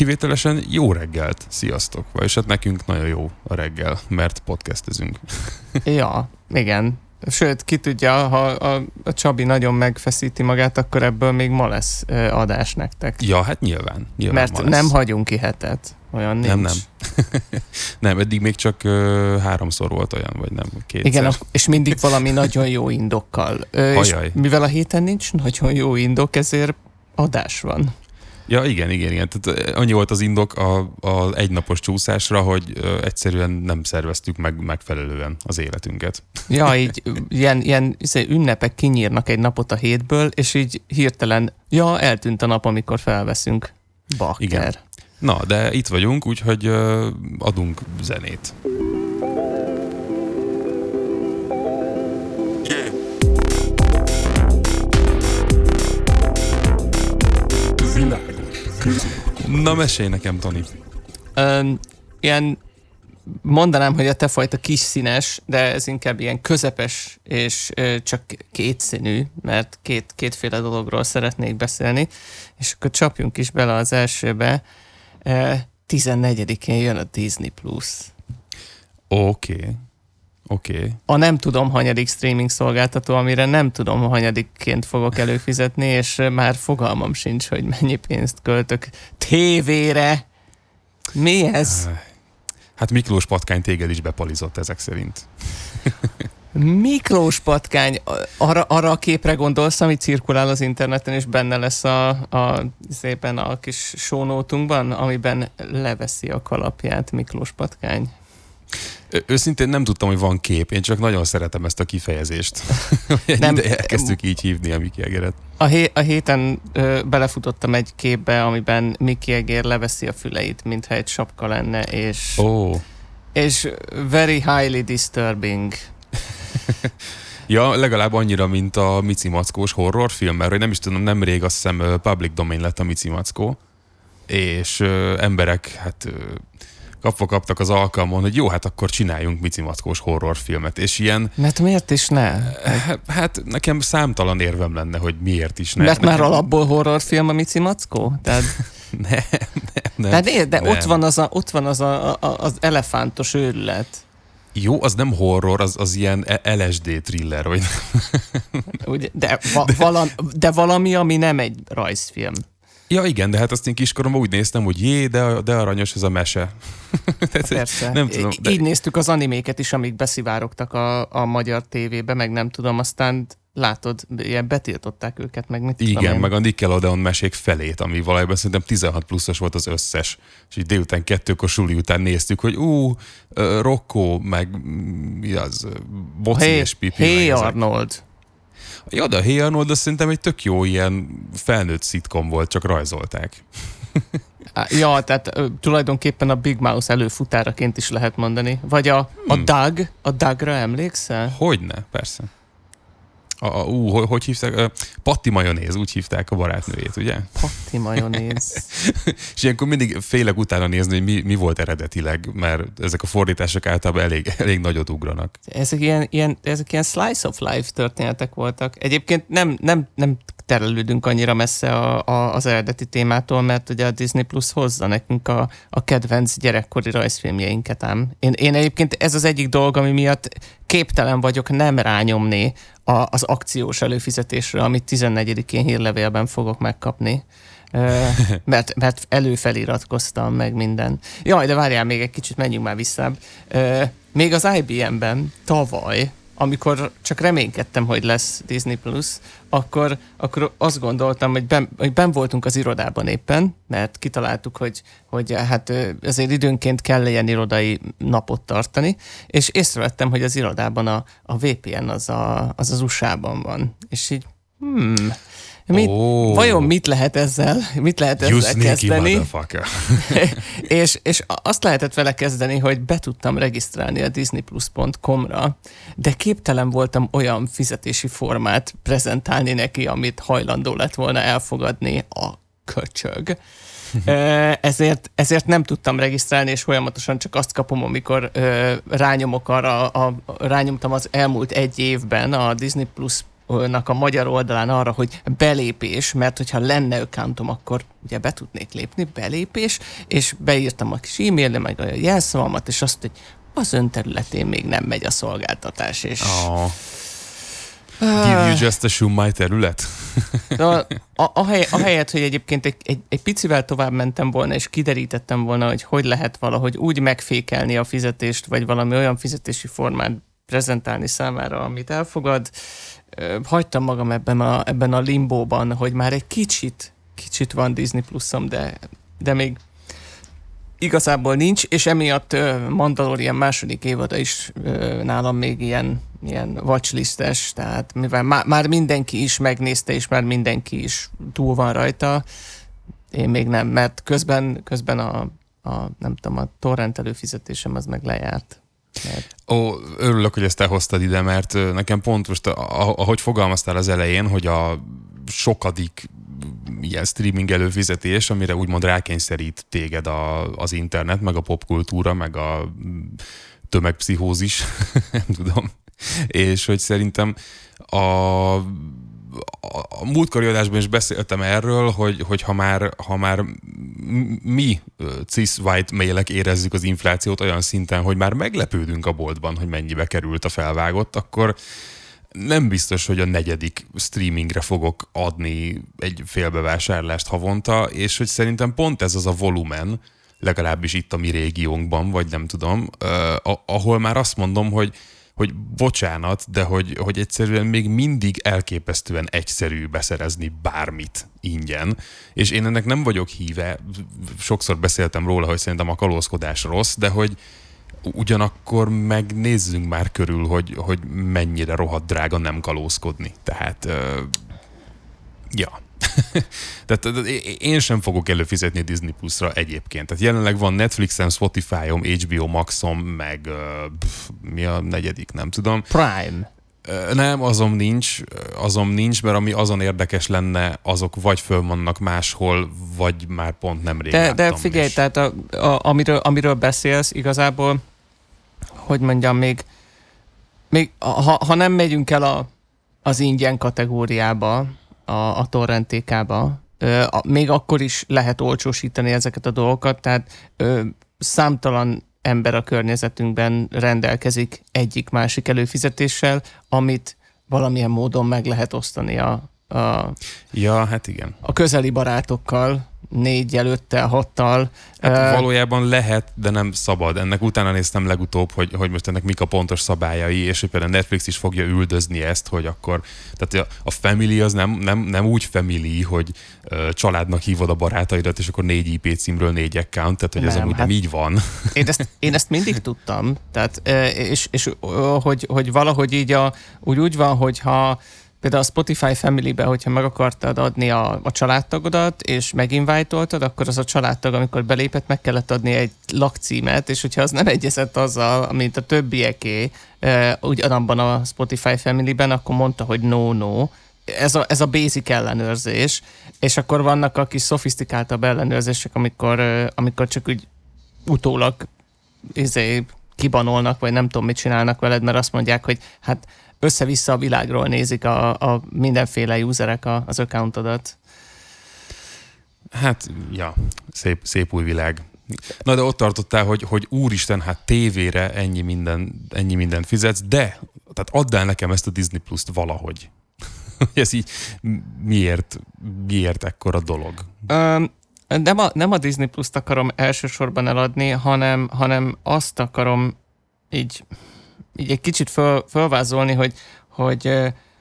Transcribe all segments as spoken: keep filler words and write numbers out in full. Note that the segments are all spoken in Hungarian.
kivételesen jó reggelt, sziasztok! Vagyis hát nekünk nagyon jó a reggel, mert podcastezünk. Ja, igen. Sőt, ki tudja, ha a, a Csabi nagyon megfeszíti magát, akkor ebből még ma lesz adás nektek. Ja, hát nyilván. nyilván mert nem hagyunk ki hetet. Olyan nincs. Nem, nem. nem, eddig még csak uh, háromszor volt olyan, vagy nem, kétszer. Igen, és mindig valami nagyon jó indokkal. Ö, és mivel a héten nincs nagyon jó indok, ezért adás van. Ja, igen, igen, igen. Tehát annyi volt az indok az egynapos csúszásra, hogy uh, egyszerűen nem szerveztük meg megfelelően az életünket. Ja, így ilyen, ilyen ünnepek kinyírnak egy napot a hétből, és így hirtelen, ja, eltűnt a nap, amikor felveszünk. Bakker. Igen. Na, de itt vagyunk, úgyhogy uh, adunk zenét. Na, mesélj nekem, Toni. Um, ilyen, mondanám, hogy a te fajta kis színes, de ez inkább ilyen közepes és ö, csak kétszínű, mert két, kétféle dologról szeretnék beszélni, és akkor csapjunk is bele az elsőbe. tizennegyedikén jön a Disney Plus. Oké. Okay. Oké. Okay. A nem tudom hanyadik streaming szolgáltató, amire nem tudom hanyadikként fogok előfizetni, és már fogalmam sincs, hogy mennyi pénzt költök tévére. Mi ez? Hát Miklós Patkány téged is bepalizott ezek szerint. Miklós Patkány, arra, arra a képre gondolsz, ami cirkulál az interneten, és benne lesz a, a, szépen a kis show note-unkban, amiben leveszi a kalapját Miklós Patkány? Őszintén nem tudtam, hogy van kép, én csak nagyon szeretem ezt a kifejezést. Nem, ide elkezdtük így hívni a Mickey Egeret. A, hé, a héten ö, belefutottam egy képbe, amiben Mickey Egér leveszi a füleit, mintha egy sapka lenne, és, oh. és very highly disturbing. Ja, legalább annyira, mint a Mici Mackós horrorfilm, mert nem is tudom, nemrég azt hiszem public domain lett a Mici Mackó, és ö, emberek hát ö, kapva kaptak az alkalmon, hogy jó, hát akkor csináljunk Mici Mackós horrorfilmet, és ilyen... Mert miért is ne? Hát nekem számtalan érvem lenne, hogy miért is ne. Mert nekem... már alapból horrorfilm a Mici Mackó? Tehát... nem, nem, nem. Tehát ér, de nem. ott van az a, ott van az, a, a, az elefántos őrület. Jó, az nem horror, az, az ilyen el es dé thriller, vagy Ugye, de, va, de... Valami, de valami, ami nem egy rajzfilm. Ja, igen, de hát azt én kiskoromban úgy néztem, hogy jé, de, de aranyos ez a mese. Persze. Nem tudom, de... Így néztük az animéket is, amik beszivárogtak a, a magyar tévébe, meg nem tudom, aztán látod, ilyen betiltották őket, meg mit tudom Igen, én. meg a Nickelodeon mesék felét, ami valójában szerintem tizenhat pluszos volt az összes. És így délután kettőkor suli után néztük, hogy ú, uh, Rocco, meg mi az, Boci hey, és Pipi. Hey Arnold. Ja, de a Hey Arnold, az szerintem egy tök jó ilyen felnőtt szitkom volt, csak rajzolták. Ja, tehát ö, tulajdonképpen a Big Mouse előfutáraként is lehet mondani. Vagy a, hmm. a Doug, a Dougra emlékszel? Hogyne, persze. A, a, ú, hogy, hogy hívták? Patti Majonéz, úgy hívták a barátnőjét, ugye? Patti Majonéz. És ilyenkor mindig félek utána nézni, hogy mi, mi volt eredetileg, mert ezek a fordítások általában elég, elég nagyot ugranak. Ezek ilyen, ilyen, ezek ilyen slice of life történetek voltak. Egyébként nem, nem, nem terelődünk annyira messze a, a, az eredeti témától, mert ugye a Disney Plus hozza nekünk a, a kedvenc gyerekkori rajzfilmjeinket ám. Én, én egyébként ez az egyik dolog, ami miatt képtelen vagyok nem rányomni a, az akciós előfizetésre, amit tizennegyedikén hírlevélben fogok megkapni. mert, mert előfeliratkoztam meg minden. Jaj, de várjál még egy kicsit, menjünk már vissza. Még az I B M-ben tavaly, amikor csak reménykedtem, hogy lesz Disney Plus, akkor, akkor azt gondoltam, hogy ben, hogy ben voltunk az irodában éppen, mert kitaláltuk, hogy, hogy hát azért időnként kell ilyen irodai napot tartani, és észrevettem, hogy az irodában a, a vé pé en az, a, az az u es á-ban van. És így, hmm... Mit, oh. Vajon mit lehet ezzel, mit lehet you ezzel kezdeni? és, és azt lehetett vele kezdeni, hogy be tudtam regisztrálni a disney plus pont com-ra, de képtelen voltam olyan fizetési formát prezentálni neki, amit hajlandó lett volna elfogadni a köcsög. ezért, ezért nem tudtam regisztrálni, és folyamatosan csak azt kapom, amikor ö, rányomok arra, a, rányomtam az elmúlt egy évben a Disney Plus nak a magyar oldalán arra, hogy belépés, mert hogyha lenne accountom, akkor ugye be tudnék lépni, belépés, és beírtam a kis e-mailre, meg a jelszavamat, és azt, hogy az ön területén még nem megy a szolgáltatás, és... Oh. Give you just assume my terület? A, a, a, hely, a helyet, hogy egyébként egy, egy, egy picivel tovább mentem volna, és kiderítettem volna, hogy hogy lehet valahogy úgy megfékelni a fizetést, vagy valami olyan fizetési formát prezentálni számára, amit elfogad. Hagytam magam ebben a, ebben a limbóban, hogy már egy kicsit, kicsit van Disney Pluszom, de, de még igazából nincs, és emiatt Mandalorian második évada is nálam még ilyen, ilyen watchlistes, tehát mivel má, már mindenki is megnézte, és már mindenki is túl van rajta, én még nem, mert közben, közben a, a, nem tudom, a torrent előfizetésem az meg lejárt. Mert... Ó, örülök, hogy ezt elhoztad ide, mert nekem pont most, ahogy fogalmaztál az elején, hogy a sokadik ilyen streaming előfizetés, amire úgymond rákényszerít téged a, az internet, meg a popkultúra, meg a tömegpszichózis, nem tudom. És hogy szerintem a, a, a múltkori adásban is beszéltem erről, hogy, hogy ha már, ha már mi cis-white male-ek érezzük az inflációt olyan szinten, hogy már meglepődünk a boltban, hogy mennyibe került a felvágott, akkor nem biztos, hogy a negyedik streamingre fogok adni egy félbevásárlást havonta, és hogy szerintem pont ez az a volumen, legalábbis itt a mi régiónkban, vagy nem tudom, uh, ahol már azt mondom, hogy, hogy bocsánat, de hogy, hogy egyszerűen még mindig elképesztően egyszerű beszerezni bármit ingyen. És én ennek nem vagyok híve, sokszor beszéltem róla, hogy szerintem a kalózkodás rossz, de hogy ugyanakkor megnézzünk már körül, hogy, hogy mennyire rohadt drága nem kalózkodni. Tehát, uh, ja. Tehát én sem fogok előfizetni Disney Plus-ra egyébként. Tehát jelenleg van Netflixem, Spotify-om, há bé o Maxom, meg uh, pff, mi a negyedik, nem tudom. Prime. Uh, nem, azon nincs, azon nincs, mert ami azon érdekes lenne, azok vagy föl vannak máshol, vagy már pont nemrég De, láttam. de figyelj, és... tehát a, a, amiről, amiről beszélsz igazából, hogy mondjam, még, még ha, ha nem megyünk el a, az ingyen kategóriába, a, a torrentékába, ö, a, még akkor is lehet olcsósítani ezeket a dolgokat, tehát ö, számtalan ember a környezetünkben rendelkezik egyik-másik előfizetéssel, amit valamilyen módon meg lehet osztani a, a, ja, hát igen. a közeli barátokkal, négy előttel, hattal. Hát uh, valójában lehet, de nem szabad. Ennek utána néztem legutóbb, hogy, hogy most ennek mik a pontos szabályai, és hogy például Netflix is fogja üldözni ezt, hogy akkor, tehát a, a family az nem, nem, nem úgy family, hogy uh, családnak hívod a barátaidat, és akkor négy i pé címről négy account, tehát hogy nem, ez amúgy hát nem így van. Én ezt, én ezt mindig tudtam, tehát, és, és hogy, hogy valahogy így a, úgy, úgy van, hogyha például a Spotify Family-ben, hogyha meg akartad adni a, a családtagodat, és meginvite-oltad, akkor az a családtag, amikor belépett, meg kellett adni egy lakcímet, és hogyha az nem egyezett azzal, mint a többieké, e, ugyanabban a Spotify Family-ben, akkor mondta, hogy no, no. Ez a, ez a basic ellenőrzés, és akkor vannak a kis szofisztikáltabb ellenőrzések, amikor, amikor csak úgy utólag izé, kibanolnak, vagy nem tudom, mit csinálnak veled, mert azt mondják, hogy hát össze-vissza a világról nézik a, a mindenféle userek a, az accountodat. Hát, ja, szép, szép új világ. Na de ott tartottál, hogy, hogy úristen, hát tévére ennyi, minden, ennyi mindent fizetsz, de tehát add el nekem ezt a Disney Plus-t valahogy. Ez így miért, miért ekkora dolog? Um, nem, a, nem a Disney Plus-t akarom elsősorban eladni, hanem, hanem azt akarom így így egy kicsit föl, fölvázolni, hogy, hogy,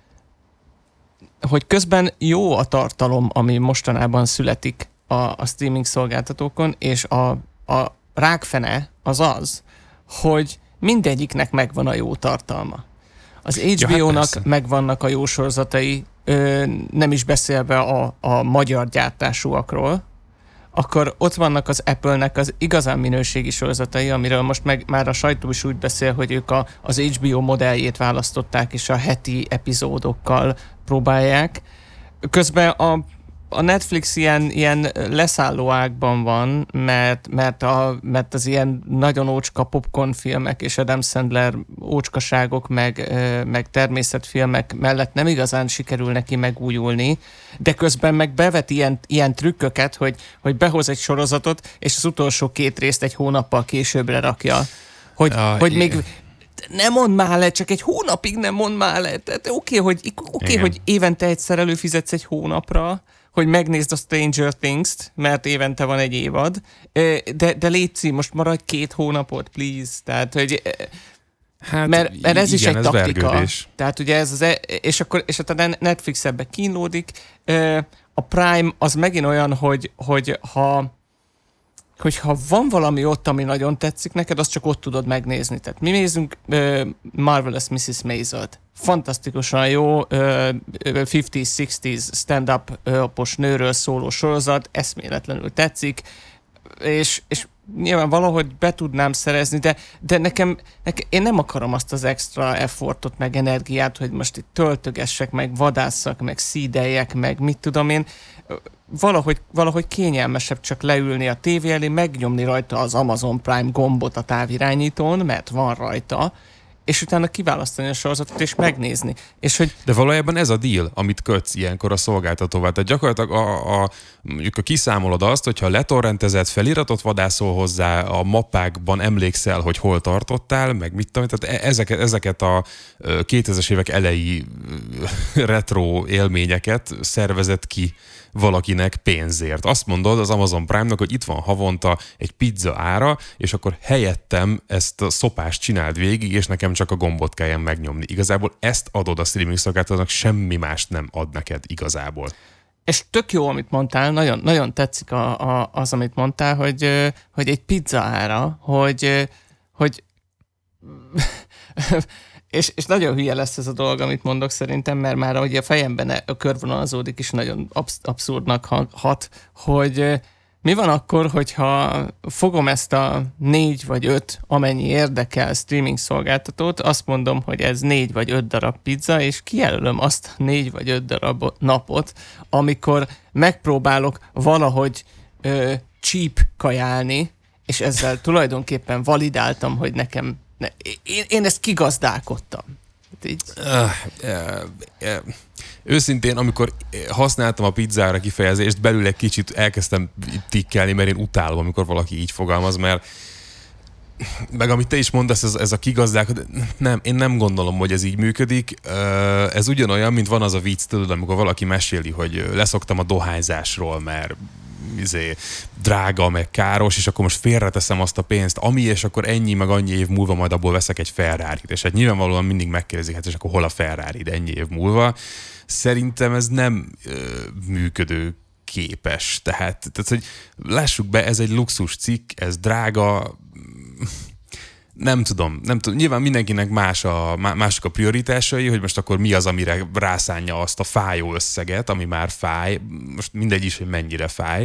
hogy közben jó a tartalom, ami mostanában születik a, a streaming szolgáltatókon, és a, a rákfene az az, hogy mindegyiknek megvan a jó tartalma. Az há bé ó-nak ja, hát megvannak a jó sorozatai, nem is beszélve a, a magyar gyártásúakról, akkor ott vannak az Apple-nek az igazán minőségi sorozatai, amiről most meg már a sajtó is úgy beszél, hogy ők a, az há bé ó modelljét választották, és a heti epizódokkal próbálják. Közben a, a Netflix ilyen, ilyen leszálló ágban van, mert, mert, a, mert az ilyen nagyon ócska popcorn filmek és Adam Sandler ócskaságok, meg, meg természetfilmek mellett nem igazán sikerül neki megújulni, de közben meg bevet ilyen, ilyen trükköket, hogy, hogy behoz egy sorozatot, és az utolsó két részt egy hónappal későbbre rakja. Hogy, ah, hogy még nem mondd már le, csak egy hónapig nem mondd már le. Tehát oké, okay, hogy, okay, hogy évente egyszer előfizetsz egy hónapra, hogy megnézd a Stranger Things-t, mert évente van egy évad, de, de létszi, most maradj két hónapot, please. Tehát, hogy... Hát, mert, mert ez igen, is egy ez taktika. Vergődés. Tehát ugye ez az... E- és akkor és a Netflix ebbe kínlódik. A Prime az megint olyan, hogy, hogy ha... hogyha van valami ott, ami nagyon tetszik neked, azt csak ott tudod megnézni. Tehát mi nézünk uh, Marvelous missus Maisel-t. Fantasztikusan jó uh, ötvenes, százas stand-up-os nőről szóló sorozat, eszméletlenül tetszik, és, és nyilván valahogy be tudnám szerezni, de, de nekem, nekem, én nem akarom azt az extra effortot, meg energiát, hogy most itt töltögessek, meg vadásszak, meg szídeljek, meg mit tudom én. Valahogy, valahogy kényelmesebb csak leülni a tévé elé, megnyomni rajta az Amazon Prime gombot a távirányítón, mert van rajta, és utána kiválasztani a sorozatot és megnézni. És hogy... De valójában ez a deal, amit kötsz ilyenkor a szolgáltatóval. Tehát gyakorlatilag a, a, mondjuk a kiszámolod azt, hogyha letorrentezett feliratot vadászol hozzá, a mappákban emlékszel, hogy hol tartottál, meg mit tudom, tehát ezeket, ezeket a kétezres évek elejé retro élményeket szervezett ki valakinek pénzért. Azt mondod az Amazon Prime-nak, hogy itt van havonta egy pizza ára, és akkor helyettem ezt a szopást csináld végig, és nekem csak a gombot kelljen megnyomni. Igazából ezt adod a streaming szolgáltatónak, semmi mást nem ad neked igazából. És tök jó, amit mondtál, nagyon, nagyon tetszik a, a, az, amit mondtál, hogy, hogy egy pizza ára, hogy, hogy És, és nagyon hülye lesz ez a dolog, amit mondok szerintem, mert már ahogy a fejemben a körvonalazódik is nagyon absz- abszurdnak hat, hogy mi van akkor, hogyha fogom ezt a négy vagy öt, amennyi érdekel streaming szolgáltatót, azt mondom, hogy ez négy vagy öt darab pizza, és kijelölöm azt a négy vagy öt darab napot, amikor megpróbálok valahogy ö, cheap kajálni, és ezzel tulajdonképpen validáltam, hogy nekem Ne, én, én ezt kigazdálkodtam. Így. Uh, uh, uh, őszintén, amikor használtam a pizzára kifejezést, belül egy kicsit elkezdtem tikkelni, mert én utálom, amikor valaki így fogalmaz, mert meg amit te is mondasz, ez, ez a kigazdálkodás, nem, én nem gondolom, hogy ez így működik. Uh, ez ugyanolyan, mint van az a vicc, tudod, amikor valaki meséli, hogy leszoktam a dohányzásról, mert izé, drága, meg káros, és akkor most félreteszem azt a pénzt, ami, és akkor ennyi, meg annyi év múlva majd abból veszek egy Ferrarit. És hát nyilvánvalóan mindig megkérdezik, hát és akkor hol a Ferrari ennyi év múlva. Szerintem ez nem ö, működő képes. Tehát, tehát, hogy lássuk be, ez egy luxus cikk, ez drága, nem tudom, nem tudom. Nyilván mindenkinek más a, mások a prioritásai, hogy most akkor mi az, amire rászánja azt a fájó összeget, ami már fáj. Most mindegy is, hogy mennyire fáj.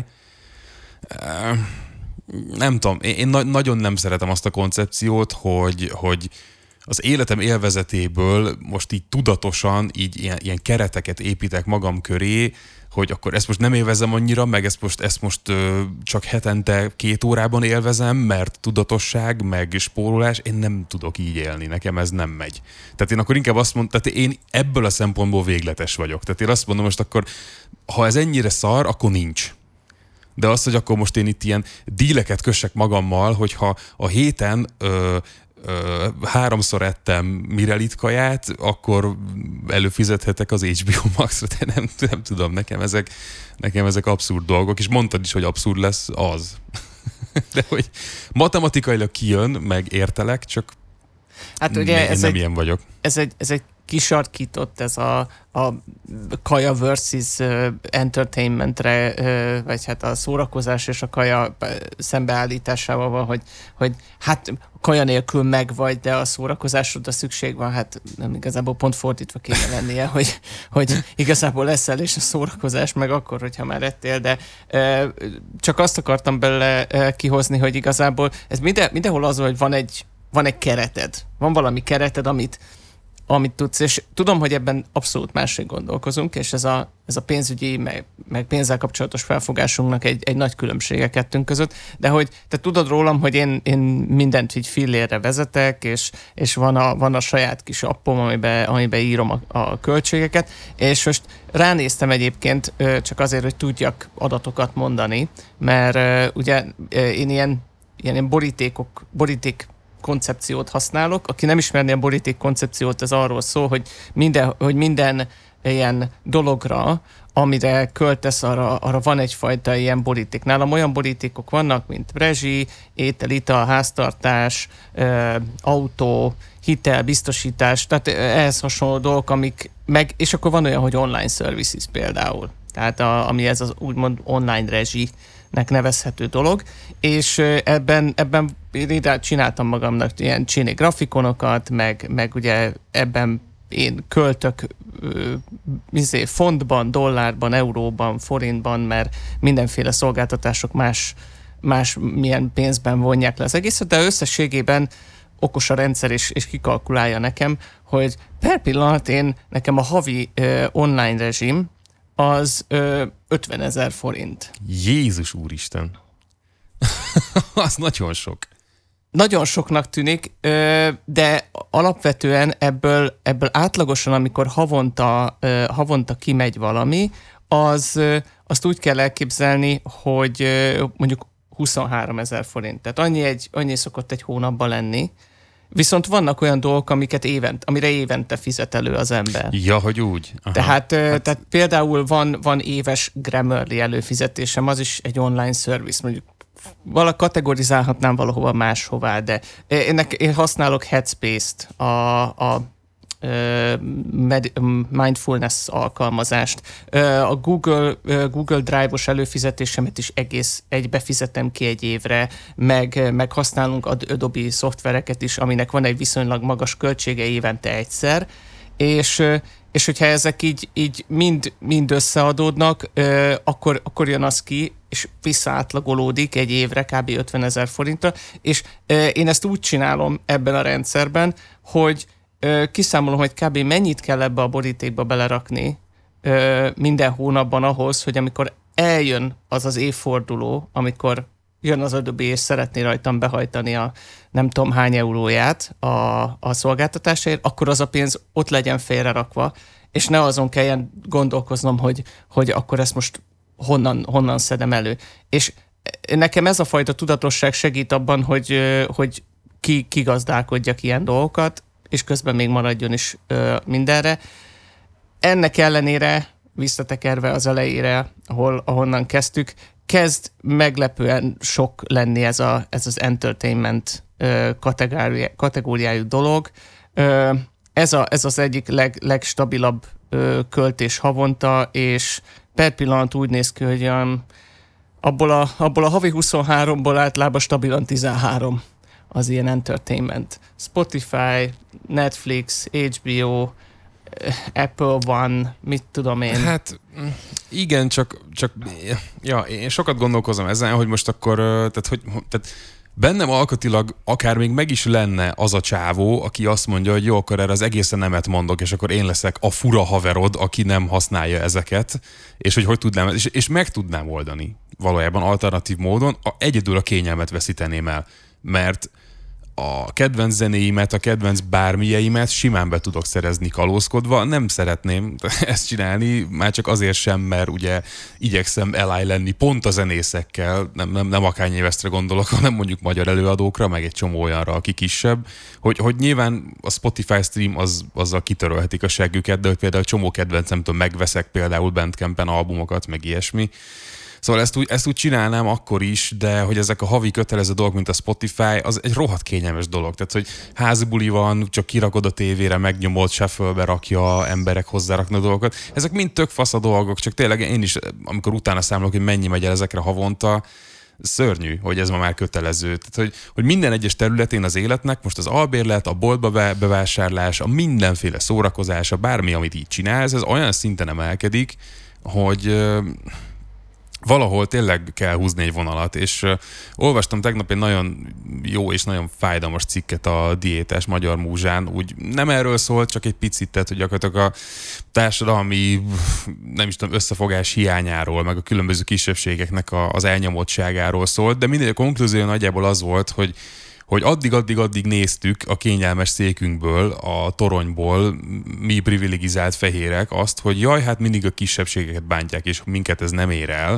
Nem tudom, én nagyon nem szeretem azt a koncepciót, hogy, hogy az életem élvezetéből most így tudatosan így ilyen, ilyen kereteket építek magam köré, hogy akkor ezt most nem élvezem annyira, meg ezt most, ezt most ö, csak hetente két órában élvezem, mert tudatosság, meg spórolás, én nem tudok így élni, nekem ez nem megy. Tehát én akkor inkább azt mondom, tehát én ebből a szempontból végletes vagyok. Tehát én azt mondom most akkor, ha ez ennyire szar, akkor nincs. De az, hogy akkor most én itt ilyen díleket kössek magammal, hogyha a héten ö, ö, háromszor ettem Mirelit kaját, akkor előfizethetek az há bé o Maxra, de nem, nem tudom, nekem ezek, nekem ezek abszurd dolgok, és mondtad is, hogy abszurd lesz az. De hogy matematikailag kijön, meg értelek, csak hát ugye én ez nem egy, ilyen vagyok. Ez egy, ez egy kisarkított, ez a, a kaja versus entertainmentre, vagy hát a szórakozás és a kaja szembeállításával van, hogy, hogy hát kaja nélkül meg vagy, de a szórakozásodra szükség van, hát nem igazából pont fordítva kéne lennie, hogy, hogy igazából leszel és a szórakozás meg akkor, hogyha már ettél, de csak azt akartam belőle kihozni, hogy igazából ez minden, mindenhol az, hogy van egy, van egy kereted, van valami kereted, amit amit tudsz, és tudom, hogy ebben abszolút máshogy gondolkozunk, és ez a, ez a pénzügyi, meg, meg pénzzel kapcsolatos felfogásunknak egy, egy nagy különbség a kettőnk között, de hogy te tudod rólam, hogy én, én mindent így fillérre vezetek, és, és van, a, van a saját kis appom, amiben, amiben írom a, a költségeket, és most ránéztem egyébként csak azért, hogy tudjak adatokat mondani, mert ugye én ilyen, ilyen borítékok, boríték koncepciót használok. Aki nem ismerné a boríték koncepciót, ez arról szól, hogy minden, hogy minden ilyen dologra, amire költesz, arra, arra van egyfajta ilyen boríték. Nálam olyan borítékok vannak, mint rezsi, étel, ital, háztartás, ö, autó, hitel, biztosítás, tehát ehhez hasonló dolgok, amik meg, és akkor van olyan, hogy online services például. Tehát a, ami ez az úgymond online rezsi nek nevezhető dolog, és ebben, ebben én csináltam magamnak ilyen csini grafikonokat, meg, meg ugye ebben én költök izé, fontban, dollárban, euróban, forintban, mert mindenféle szolgáltatások más, más milyen pénzben vonják le az egészet, de összességében okos a rendszer, és, és kikalkulálja nekem, hogy per pillanat én, nekem a havi uh, online rezsim az uh, ötvenezer forint. Jézus úristen! Az nagyon sok. Nagyon soknak tűnik, de alapvetően ebből, ebből átlagosan, amikor havonta, havonta kimegy valami, az, azt úgy kell elképzelni, hogy mondjuk huszonháromezer forint. Tehát annyi, egy, annyi szokott egy hónapban lenni. Viszont vannak olyan dolgok, amiket évent, amire évente fizet elő az ember. Ja, hogy úgy. Aha. Tehát, hát... tehát például van, van éves Grammarly előfizetésem, az is egy online service, mondjuk vala kategorizálhatnám valahova máshová, de én, én használok Headspace-t, a, a med, mindfulness alkalmazást. A Google, Google Drive-os előfizetésemet is egész egybe fizetem ki egy évre, meg, meg használunk Adobe szoftvereket is, aminek van egy viszonylag magas költsége évente egyszer, és és hogyha ezek így, így mind, mind összeadódnak, akkor, akkor jön az ki, és visszaátlagolódik egy évre kb. ötvenezer forintra, és én ezt úgy csinálom ebben a rendszerben, hogy kiszámolom, hogy kb. Mennyit kell ebbe a borítékba belerakni minden hónapban ahhoz, hogy amikor eljön az az évforduló, amikor jön az Adobe, és szeretné rajtam behajtani a nem tudom hány euróját a, a szolgáltatásért, akkor az a pénz ott legyen félrerakva, és ne azon kelljen gondolkoznom, hogy, hogy akkor ezt most honnan, honnan szedem elő. És nekem ez a fajta tudatosság segít abban, hogy, hogy ki, kigazdálkodjak ilyen dolgokat, és közben még maradjon is ö, mindenre. Ennek ellenére, visszatekerve az elejére, ahol, ahonnan kezdtük, kezd meglepően sok lenni ez, a, ez az entertainment ö, kategóriá, kategóriájú dolog. Ö, ez, a, ez az egyik leg, legstabilabb ö, költés havonta, és per pillanat úgy néz ki, hogy um, abból, a, abból a havi huszonháromból általában stabilan tizenhárom az ilyen entertainment. Spotify, Netflix, há bé o, Apple One, mit tudom én. Hát igen, csak, csak ja, én sokat gondolkozom ezen, hogy most akkor, tehát, hogy, tehát bennem alkatilag akár még meg is lenne az a csávó, aki azt mondja, hogy jó, akkor erre az egészen nemet mondok, és akkor én leszek a fura haverod, aki nem használja ezeket, és hogy hogy tudnám, és, és meg tudnám oldani valójában alternatív módon, a, egyedül a kényelmet veszíteném el, mert a kedvenc zenéimet, a kedvenc bármilyeimet simán be tudok szerezni kalózkodva. Nem szeretném ezt csinálni, már csak azért sem, mert ugye igyekszem eláj lenni pont a zenészekkel, nem, nem, nem a Kanye Westre gondolok, hanem mondjuk magyar előadókra, meg egy csomó olyanra, aki kisebb, hogy, hogy nyilván a Spotify stream az, azzal kitörölhetik a seggüket, de hogy például csomó kedvencemtől megveszek például Bandcampen albumokat, meg ilyesmi. Szóval ezt úgy, ezt úgy csinálnám akkor is, de hogy ezek a havi kötelező dolgok, mint a Spotify, az egy rohadt kényelmes dolog. Tehát, hogy házibuli van, csak kirakod a tévére, megnyomod, shuffle-be rakja, emberek hozzáraknak dolgokat. Ezek mind tök fasz a dolgok, csak tényleg én is, amikor utána számolok, hogy mennyi megy el ezekre havonta, szörnyű, hogy ez ma már kötelező. Tehát, hogy, hogy minden egyes területén az életnek, most az albérlet, a boltba bevásárlás, a mindenféle szórakozás, a bármi, amit így csinálsz, ez olyan szinten emelkedik, hogy... valahol tényleg kell húzni egy vonalat, és uh, olvastam tegnap egy nagyon jó és nagyon fájdalmas cikket a Diétás Magyar Múzsán, úgy nem erről szólt, csak egy picit, tehát hogy gyakorlatilag a társadalmi, nem is tudom, összefogás hiányáról, meg a különböző kisebbségeknek a, az elnyomottságáról szólt, de mindegy, a konklúzió nagyjából az volt, hogy hogy addig-addig-addig néztük a kényelmes székünkből, a toronyból, mi privilegizált fehérek azt, hogy jaj, hát mindig a kisebbségeket bántják, és minket ez nem ér el,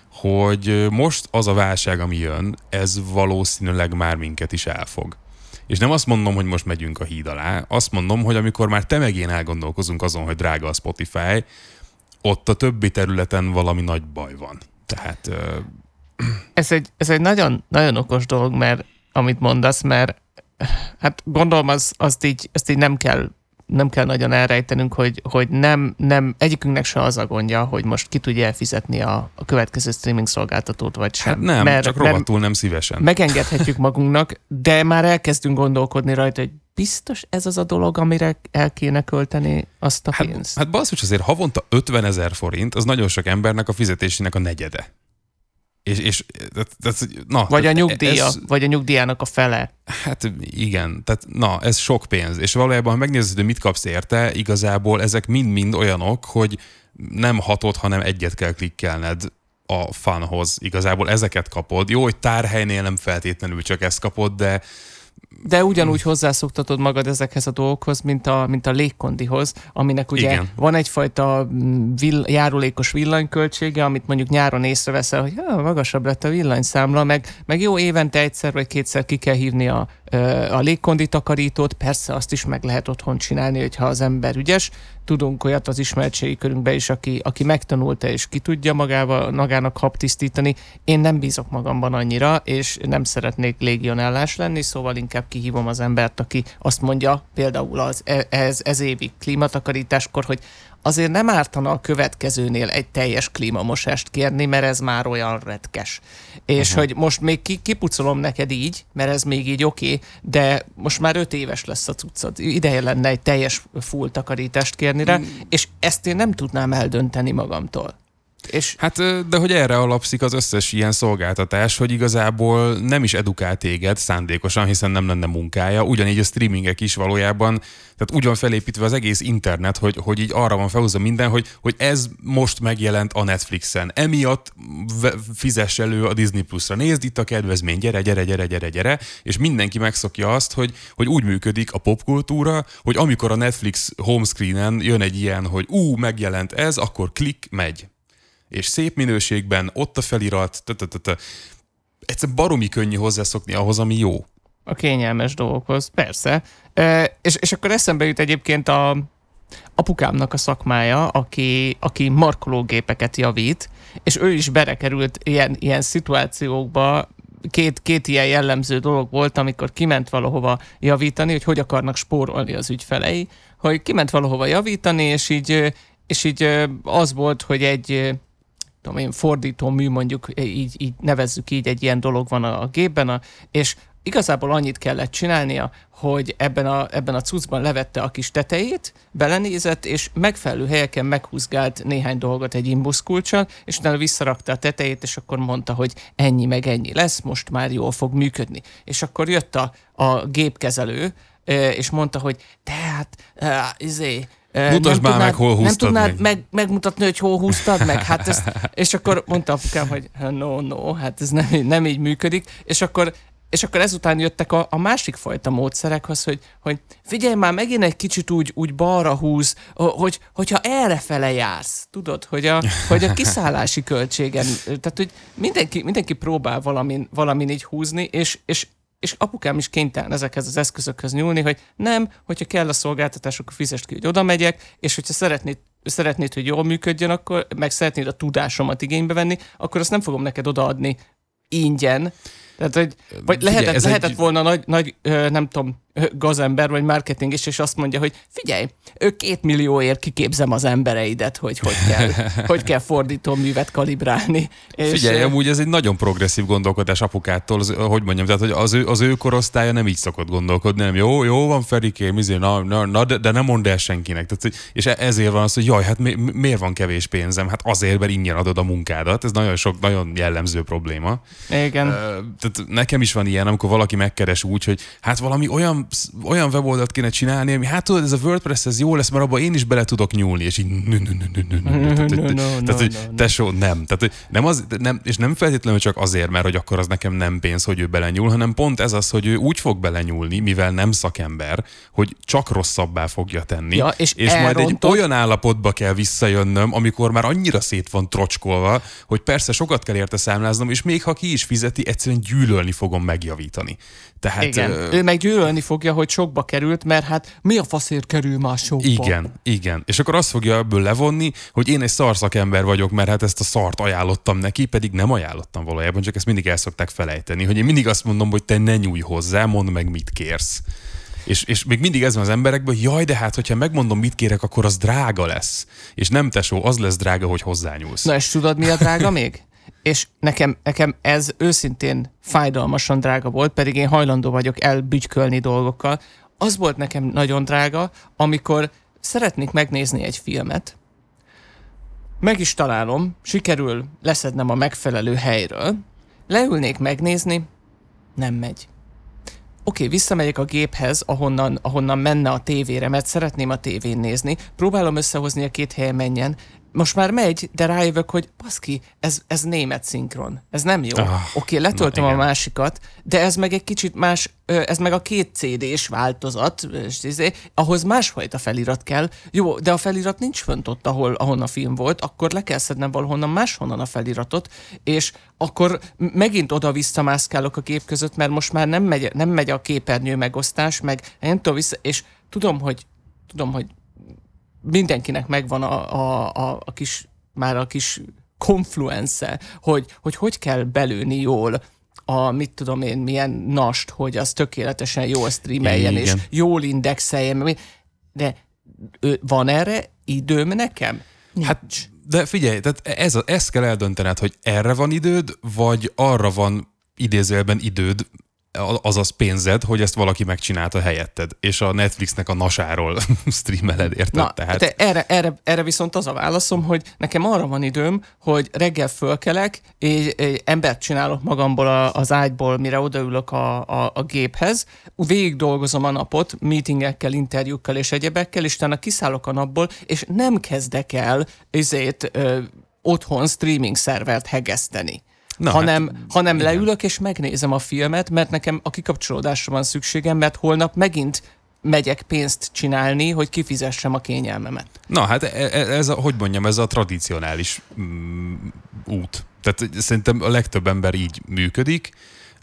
hogy most az a válság, ami jön, ez valószínűleg már minket is elfog. És nem azt mondom, hogy most megyünk a híd alá, azt mondom, hogy amikor már te meg én elgondolkozunk azon, hogy drága a Spotify, ott a többi területen valami nagy baj van. Tehát... Uh... Ez egy, ez egy nagyon, nagyon okos dolog, mert amit mondasz, mert hát gondolom az, azt, így, azt így nem kell, nem kell nagyon elrejtenünk, hogy, hogy nem, nem, egyikünknek se az a gondja, hogy most ki tudja elfizetni a, a következő streaming szolgáltatót, vagy sem. Hát nem, mert, csak rohadtul nem szívesen. Megengedhetjük magunknak, de már elkezdünk gondolkodni rajta, hogy biztos ez az a dolog, amire el kéne költeni azt a pénzt. Hát, hát basszus, azért havonta ötvenezer forint, az nagyon sok embernek a fizetésének a negyede. És, és tehát, tehát, na, vagy tehát a nyugdíja, ez, vagy a nyugdíjának a fele. Hát igen, tehát na, ez sok pénz. És valójában, ha megnézed, hogy mit kapsz érte, igazából ezek mind-mind olyanok, hogy nem hatot, hanem egyet kell klikkelned a fanhoz. Igazából ezeket kapod. Jó, hogy tárhelynél nem feltétlenül csak ezt kapod, de De ugyanúgy hozzászoktatod magad ezekhez a dolgokhoz, mint a, mint a légkondihoz, aminek ugye igen. van egyfajta vill- járulékos villanyköltsége, amit mondjuk nyáron észreveszel, hogy ja, magasabb lett a villanyszámla, meg, meg jó, évente egyszer vagy kétszer ki kell hívni a, a légkondi takarítót, persze azt is meg lehet otthon csinálni, hogyha az ember ügyes. Tudunk olyat az ismertségi körünkben is, aki, aki megtanulta és ki tudja magával, magának habtisztítani. Én nem bízok magamban annyira, és nem szeretnék légionellás lenni, szóval inkább kihívom az embert, aki azt mondja, például az ez, ez évi klímatakarításkor, hogy azért nem ártana a következőnél egy teljes klímamosást kérni, mert ez már olyan retkes. És uh-huh. hogy most még ki, kipucolom neked így, mert ez még így oké, okay, de most már öt éves lesz a cuccad. Ideje lenne egy teljes full takarítást kérni rá, mm. és ezt én nem tudnám eldönteni magamtól. És hát, de hogy erre alapszik az összes ilyen szolgáltatás, hogy igazából nem is edukál téged szándékosan, hiszen nem lenne munkája. Ugyanígy a streamingek is valójában, tehát úgy van felépítve az egész internet, hogy, hogy így arra van felhúzva minden, hogy, hogy ez most megjelent a Netflixen. Emiatt fizess elő a Disney Plus-ra. Nézd itt a kedvezmény, gyere, gyere, gyere, gyere, gyere, és mindenki megszokja azt, hogy, hogy úgy működik a popkultúra, hogy amikor a Netflix homescreenen jön egy ilyen, hogy ú, megjelent ez, akkor klik, megy. És szép minőségben, ott a felirat, egyszerűen baromi könnyű hozzászokni ahhoz, ami jó. A kényelmes dolgokhoz, persze. E, és, és akkor eszembe jut egyébként a apukámnak a szakmája, aki, aki markológépeket javít, és ő is berekerült ilyen, ilyen szituációkba. Két, két ilyen jellemző dolog volt, amikor kiment valahova javítani, hogy hogy akarnak spórolni az ügyfelei, hogy kiment valahova javítani, és így, és így az volt, hogy egy tudom én, fordító mű, mondjuk így, így nevezzük így, egy ilyen dolog van a, a gépben, a, és igazából annyit kellett csinálnia, hogy ebben a, ebben a cuccban levette a kis tetejét, belenézett, és megfelelő helyeken meghúzgált néhány dolgot egy imbuszkulccsal, és utána visszarakta a tetejét, és akkor mondta, hogy ennyi meg ennyi lesz, most már jól fog működni. És akkor jött a, a gépkezelő, és mondta, hogy tehát, uh, izé, mutasd már meg, hol húztad nem tudnád meg. meg, megmutatni, hogy hol húztad meg? Hát ezt, és akkor mondta apukám, hogy no, no, hát ez nem, nem így működik. És akkor, és akkor ezután jöttek a, a másik fajta módszerekhez, hogy, hogy figyelj már, megint egy kicsit úgy, úgy balra húz, hogy, hogyha errefele jársz, tudod, hogy a, hogy a kiszállási költségen, tehát hogy mindenki, mindenki próbál valamin, valamin így húzni, és, és és apukám is kénytelen ezekhez az eszközökhöz nyúlni, hogy nem, hogyha kell a szolgáltatás, akkor fizest ki, hogy oda megyek, és hogyha szeretnéd, szeretnéd, hogy jól működjön, akkor meg szeretnéd a tudásomat igénybe venni, akkor azt nem fogom neked odaadni ingyen. Tehát, hogy, vagy lehetett, lehetett egy... volna nagy, nagy, nem tudom, gazember vagy marketing is, és azt mondja, hogy figyelj, ő két millióért kiképzem az embereidet, hogy hogy kell, hogy kell fordítóművet kalibrálni. Figyelj, és amúgy ez egy nagyon progresszív gondolkodás apukától, az, hogy mondjam, tehát hogy az ő, az ő korosztálya nem így szokott gondolkodni, nem jó, jó van Ferikém, izé, na, na, na, de, de nem mondd el senkinek. Tehát, és ezért van az, hogy jaj, hát mi, miért van kevés pénzem? Hát azért, mert ingyen adod a munkádat. Ez nagyon sok, nagyon jellemző probléma. Igen. Uh, tehát nekem is van ilyen, amikor valaki megkeres úgy, hogy hát valami olyan olyan weboldalt kéne csinálni, ami hát tudod, ez a WordPress, ez jó lesz, mert abban én is bele tudok nyúlni, és így nö, nö, nö, nö, nö, nö. Tehát, hogy tesó, nem. Tehát, nem az, nem, és nem feltétlenül csak azért, mert hogy akkor az nekem nem pénz, hogy ő belenyúl, hanem pont ez az, hogy ő úgy fog belenyúlni, mivel nem szakember, hogy csak rosszabbá fogja tenni, ja, és, és majd egy olyan állapotba kell visszajönnöm, amikor már annyira szét van trocskolva, hogy persze sokat kell érte számláznom, és még ha ki is fizeti, egyszerűen gyűlölni fogom megjavítani. Tehát, igen, ö... ő meg gyűlölni fogja, hogy sokba került, mert hát mi a faszért kerül már sokba? Igen, igen. És akkor azt fogja ebből levonni, hogy én egy szarszakember vagyok, mert hát ezt a szart ajánlottam neki, pedig nem ajánlottam valójában, csak ezt mindig el szokták felejteni, hogy én mindig azt mondom, hogy te ne nyújj hozzá, mondd meg, mit kérsz. És, és még mindig ez van az emberekben, hogy jaj, de hát, hogyha megmondom, mit kérek, akkor az drága lesz. És nem tesó, az lesz drága, hogy hozzányúlsz. Na és tudod, mi a drága még? És nekem, nekem ez őszintén fájdalmasan drága volt, pedig én hajlandó vagyok elbügykölni dolgokkal. Az volt nekem nagyon drága, amikor szeretnék megnézni egy filmet, meg is találom, sikerül leszednem a megfelelő helyről, leülnék megnézni, nem megy. Oké, visszamegyek a géphez, ahonnan, ahonnan menne a tévére, mert szeretném a tévén nézni, próbálom összehozni a két helyen menjen, most már megy, de rájövök, hogy baszki, ez, ez német szinkron. Ez nem jó. Oh, Oké, letöltöm a másikat, de ez meg egy kicsit más, ez meg a két cé dés változat, és izé, ahhoz másfajta felirat kell. Jó, de a felirat nincs fönt ott, ahol, ahol a film volt, akkor le kell szednem valahonnan máshonnan a feliratot, és akkor megint oda-vissza mászkálok a gép között, mert most már nem megy, nem megy a képernyő megosztás, meg nem tudom vissza, és tudom, hogy tudom, hogy mindenkinek megvan a, a, a, a kis, már a kis konfluence, hogy, hogy hogy kell belőni jól a, mit tudom én, milyen nast, hogy az tökéletesen jól streameljen, és jól indexeljen. De van erre időm nekem? Hát, de figyelj, tehát ez a, ezt kell eldöntened, hogy erre van időd, vagy arra van idézőjelben időd, azaz pénzed, hogy ezt valaki megcsinálta helyetted, és a Netflixnek a nasáról streameled, érted? Na, Tehát... de erre, erre, erre viszont az a válaszom, hogy nekem arra van időm, hogy reggel fölkelek, és embert csinálok magamból az ágyból, mire odaülök a, a, a géphez, végig dolgozom a napot, meetingekkel, interjúkkal és egyebekkel, és utána kiszállok a napból, és nem kezdek el ezért ö, otthon streaming szervert hegeszteni. Na, hanem, hát, hanem leülök és megnézem a filmet, mert nekem a kikapcsolódásra van szükségem, mert holnap megint megyek pénzt csinálni, hogy kifizessem a kényelmemet. Na hát ez a, hogy mondjam, ez a tradicionális mm, út. Tehát szerintem a legtöbb ember így működik.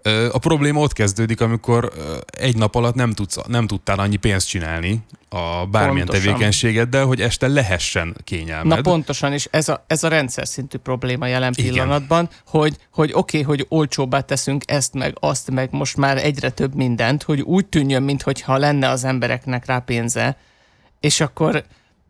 A probléma ott kezdődik, amikor egy nap alatt nem, tudsz, nem tudtál annyi pénzt csinálni a bármilyen pontosan. Tevékenységeddel, hogy este lehessen kényelmed. Na pontosan, és ez a, ez a rendszer szintű probléma jelen pillanatban, igen. hogy, hogy oké, okay, hogy olcsóbbá teszünk ezt meg, azt meg, most már egyre több mindent, hogy úgy tűnjön, mintha lenne az embereknek rá pénze, és akkor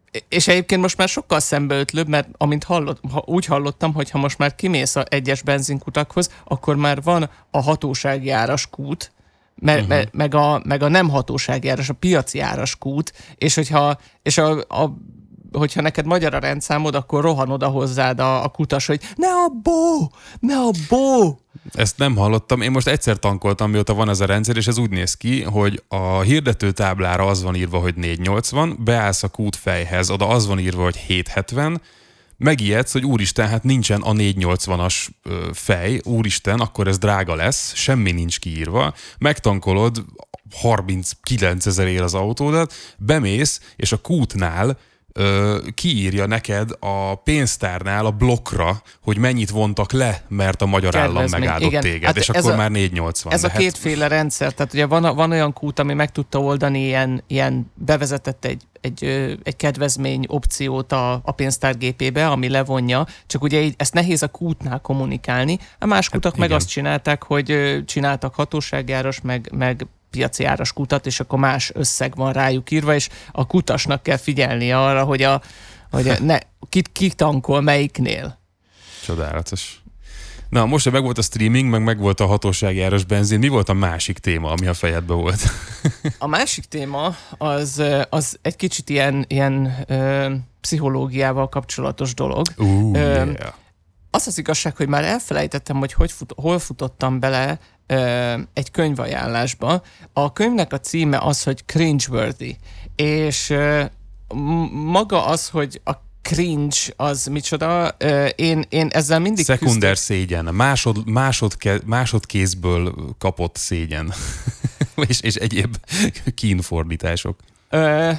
és egyébként most már sokkal szembeötlőbb, mert amint hallott, ha úgy hallottam, hogy ha most már kimész az egyes benzinkutakhoz, akkor már van a hatósági áras kút, me, uh-huh. me, meg, a, meg a nem hatósági áras, a piaci áras kút, és hogyha, és a, a, hogyha neked magyar a rendszámod, akkor rohan oda hozzád a, a kutas, hogy ne abból, ne abból. Ezt nem hallottam. Én most egyszer tankoltam, mióta van ez a rendszer, és ez úgy néz ki, hogy a hirdető táblára az van írva, hogy négyszáznyolcvan, beállsz a kútfejhez, oda az van írva, hogy hétszázhetven, megijedsz, hogy úristen, hát nincsen a négyszáznyolcvanas fej, úristen, akkor ez drága lesz, semmi nincs kiírva, megtankolod, harminckilencezer ér az autódat, bemész, és a kútnál Ö, kiírja neked a pénztárnál a blokkra, hogy mennyit vontak le, mert a magyar állam megáldott igen. téged, hát és akkor a, már négyszáznyolcvan. Ez a hát... kétféle rendszer, tehát ugye van, van olyan kút, ami meg tudta oldani, ilyen, ilyen bevezetett egy, egy, egy kedvezmény opciót a, a pénztárgépébe, ami levonja, csak ugye így, ezt nehéz a kútnál kommunikálni. A más kutak hát, meg igen. azt csinálták, hogy csináltak hatóságjáros, meg, meg piaci áras kutat, és akkor más összeg van rájuk írva, és a kutasnak kell figyelni arra, hogy, a, hogy a, ne, kit kitankol melyiknél. Csodálatos. Na, most, hogy megvolt a streaming, meg megvolt a hatósági áras benzin, mi volt a másik téma, ami a fejedben volt? A másik téma az, az egy kicsit ilyen, ilyen ö, pszichológiával kapcsolatos dolog. Uh, ö, yeah. Az az igazság, hogy már elfelejtettem, hogy, hogy fut, hol futottam bele ö, egy könyvajánlásba. A könyvnek a címe az, hogy Cringeworthy. És ö, maga az, hogy a cringe az micsoda, ö, én, én ezzel mindig Szekunder küzdök. szégyen, másod, másodke, másodkézből kapott szégyen. és, és egyéb kínfordítások. Ö,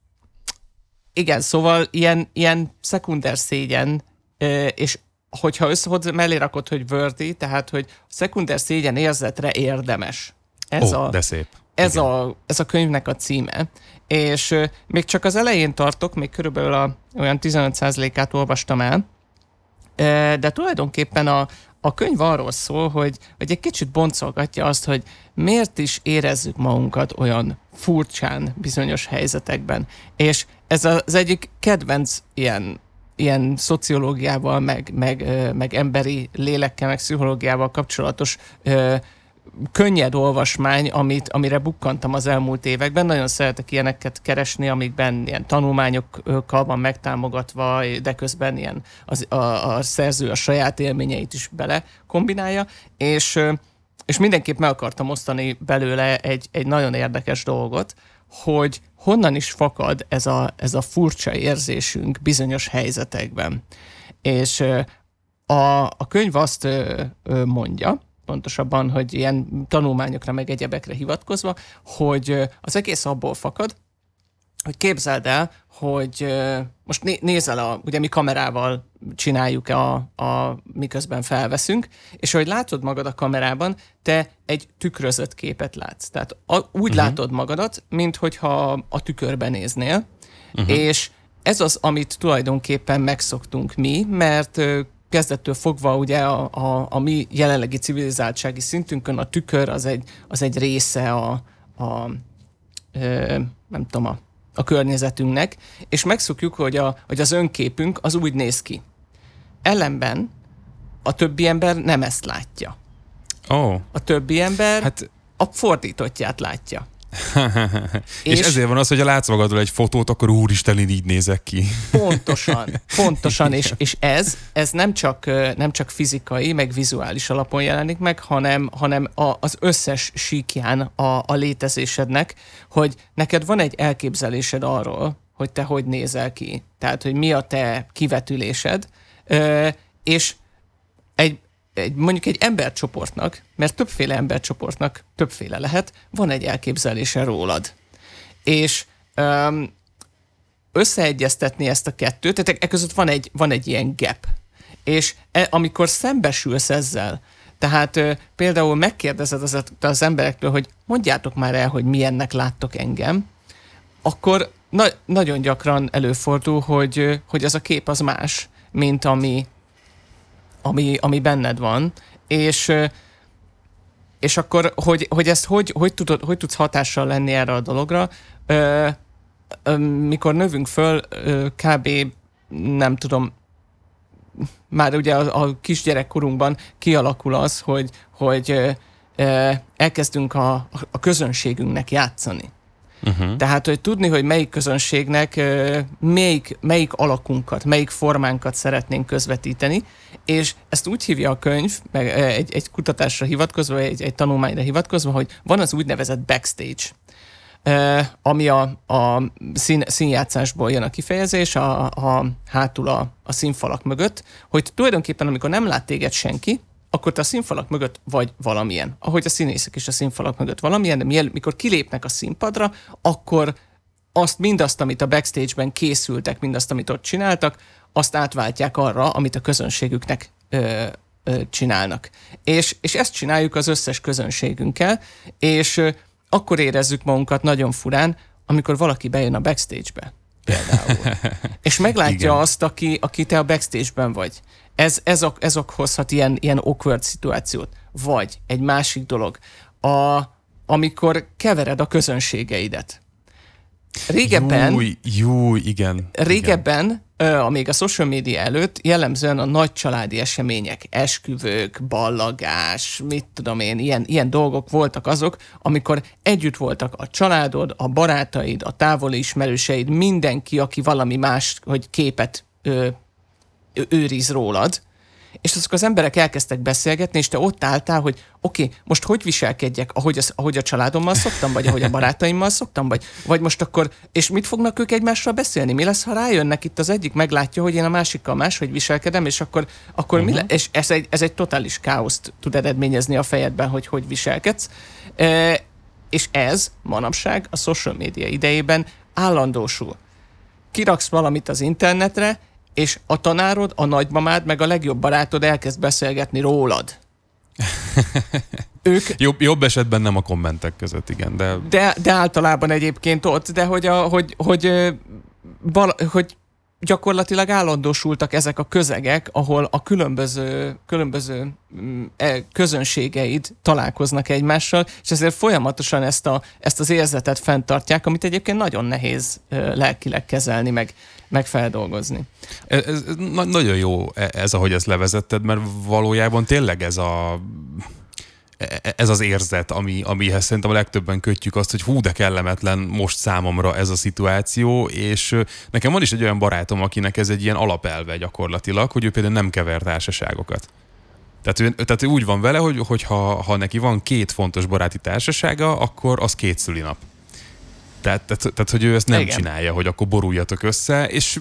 igen, szóval ilyen, ilyen szekunder szégyen, ö, és hogyha összehod, mellé rakod, hogy worthy, tehát, hogy szekunder szégyen érzetre érdemes. Ez, oh, a, de szép. ez, a, ez a könyvnek a címe. És euh, még csak az elején tartok, még körülbelül a, olyan tizenöt százalékát olvastam el, euh, de tulajdonképpen a, a könyv arról szól, hogy, hogy egy kicsit boncolgatja azt, hogy miért is érezzük magunkat olyan furcsán bizonyos helyzetekben. És ez az egyik kedvenc ilyen ilyen szociológiával, meg, meg, meg emberi lélekkel, meg pszichológiával kapcsolatos ö, könnyed olvasmány, amit, amire bukkantam az elmúlt években. Nagyon szeretek ilyeneket keresni, amikben ilyen tanulmányokkal van megtámogatva, de közben ilyen az, a, a szerző a saját élményeit is bele kombinálja, és, és mindenképp meg akartam osztani belőle egy, egy nagyon érdekes dolgot, hogy honnan is fakad ez a, ez a furcsa érzésünk bizonyos helyzetekben. És a, a könyv azt mondja, pontosabban, hogy ilyen tanulmányokra meg egyebekre hivatkozva, hogy az egész abból fakad, hogy képzeld el, hogy most né- nézel, a, ugye mi kamerával csináljuk, a, a, miközben felveszünk, és hogy látod magad a kamerában, te egy tükrözött képet látsz. Tehát a, úgy uh-huh. látod magadat, minthogyha a tükörben néznél, uh-huh. és ez az, amit tulajdonképpen megszoktunk mi, mert kezdettől fogva ugye a, a, a mi jelenlegi civilizáltsági szintünkön a tükör az egy, az egy része a, a ö, nem tudom, a a környezetünknek, és megszokjuk, hogy, a, hogy az önképünk az úgy néz ki. Ellenben a többi ember nem ezt látja. Oh. A többi ember hát... a fordítottját látja. és, és ezért van az, hogy ha látsz magadról egy fotót, akkor úristen, én így nézek ki. Pontosan, pontosan, és, és ez, ez nem csak, nem csak fizikai, meg vizuális alapon jelenik meg, hanem, hanem a, az összes síkján a, a létezésednek, hogy neked van egy elképzelésed arról, hogy te hogy nézel ki. Tehát, hogy mi a te kivetülésed, és egy Egy, mondjuk egy embercsoportnak, mert többféle embercsoportnak többféle lehet, van egy elképzelése rólad. És öm, összeegyeztetni ezt a kettőt, tehát e között van egy, van egy ilyen gap. És e, amikor szembesülsz ezzel, tehát ö, például megkérdezed az, az emberektől, hogy mondjátok már el, hogy milyennek láttok engem, akkor na, nagyon gyakran előfordul, hogy, hogy ez a kép az más, mint ami Ami, ami benned van, és, és akkor, hogy, hogy ezt hogy, hogy, tudod, hogy tudsz hatással lenni erre a dologra, ö, ö, mikor növünk föl, ö, kb. Nem tudom, már ugye a, a kisgyerekkorunkban kialakul az, hogy, hogy ö, ö, elkezdünk a, a közönségünknek játszani. Uh-huh. Tehát, hogy tudni, hogy melyik közönségnek uh, melyik, melyik alakunkat, melyik formánkat szeretnénk közvetíteni, és ezt úgy hívja a könyv, meg uh, egy, egy kutatásra hivatkozva, egy, egy tanulmányra hivatkozva, hogy van az úgynevezett backstage, uh, ami a, a szín, színjátszásból jön a kifejezés, a, a hátul a, a színfalak mögött, hogy tulajdonképpen amikor nem lát téged senki, akkor te a színfalak mögött vagy valamilyen. Ahogy a színészek is a színfalak mögött valamilyen, de miel, mikor kilépnek a színpadra, akkor azt mindazt, amit a backstage-ben készültek, mindazt, amit ott csináltak, azt átváltják arra, amit a közönségüknek ö, ö, csinálnak. És, és ezt csináljuk az összes közönségünkkel, és ö, akkor érezzük magunkat nagyon furán, amikor valaki bejön a backstage-be. Például. És meglátja Igen. azt, aki, aki te a backstage-ben vagy. Ez, ez, ok, ez okozhat ilyen, ilyen awkward szituációt. Vagy egy másik dolog. A, amikor kevered a közönségeidet. Régebben, Júj, júj, igen. régebben igen. amíg a social media előtt jellemzően a nagy családi események, esküvők, ballagás, mit tudom én, ilyen, ilyen dolgok voltak azok, amikor együtt voltak a családod, a barátaid, a távoli ismerőseid, mindenki, aki valami más, hogy képet ö, őriz rólad, és azok az emberek elkezdtek beszélgetni, és te ott álltál, hogy oké, okay, most hogy viselkedjek, ahogy, az, ahogy a családommal szoktam, vagy ahogy a barátaimmal szoktam, vagy, vagy most akkor, és mit fognak ők egymással beszélni? Mi lesz, ha rájönnek itt az egyik, meglátja, hogy én a másikkal máshogy viselkedem, és akkor, akkor uh-huh. mi le, és ez egy, ez egy totális káoszt tud eredményezni a fejedben, hogy hogy viselkedsz. E, és ez manapság a social media idejében állandósul. Kiraksz valamit az internetre, és a tanárod, a nagymamád, meg a legjobb barátod elkezd beszélgetni rólad. Ők... Jobb, jobb esetben nem a kommentek között, igen, de... De, de általában egyébként ott, de hogy, a, hogy, hogy, val, hogy gyakorlatilag állandósultak ezek a közegek, ahol a különböző, különböző közönségeid találkoznak egymással, és ezért folyamatosan ezt, a, ezt az érzetet fenntartják, amit egyébként nagyon nehéz lelkileg kezelni, meg, meg feldolgozni. Ez, ez na- nagyon jó ez, ahogy ezt levezetted, mert valójában tényleg ez a ez az érzet, ami, amihez szerintem a legtöbben kötjük azt, hogy hú, de kellemetlen most számomra ez a szituáció, és nekem van is egy olyan barátom, akinek ez egy ilyen alapelve gyakorlatilag, hogy ő például nem kever társaságokat. Tehát ő, tehát ő úgy van vele, hogy, hogy ha, ha neki van két fontos baráti társasága, akkor az két szülinap. Tehát, tehát, tehát, hogy ő ezt nem Igen. csinálja, hogy akkor boruljatok össze, és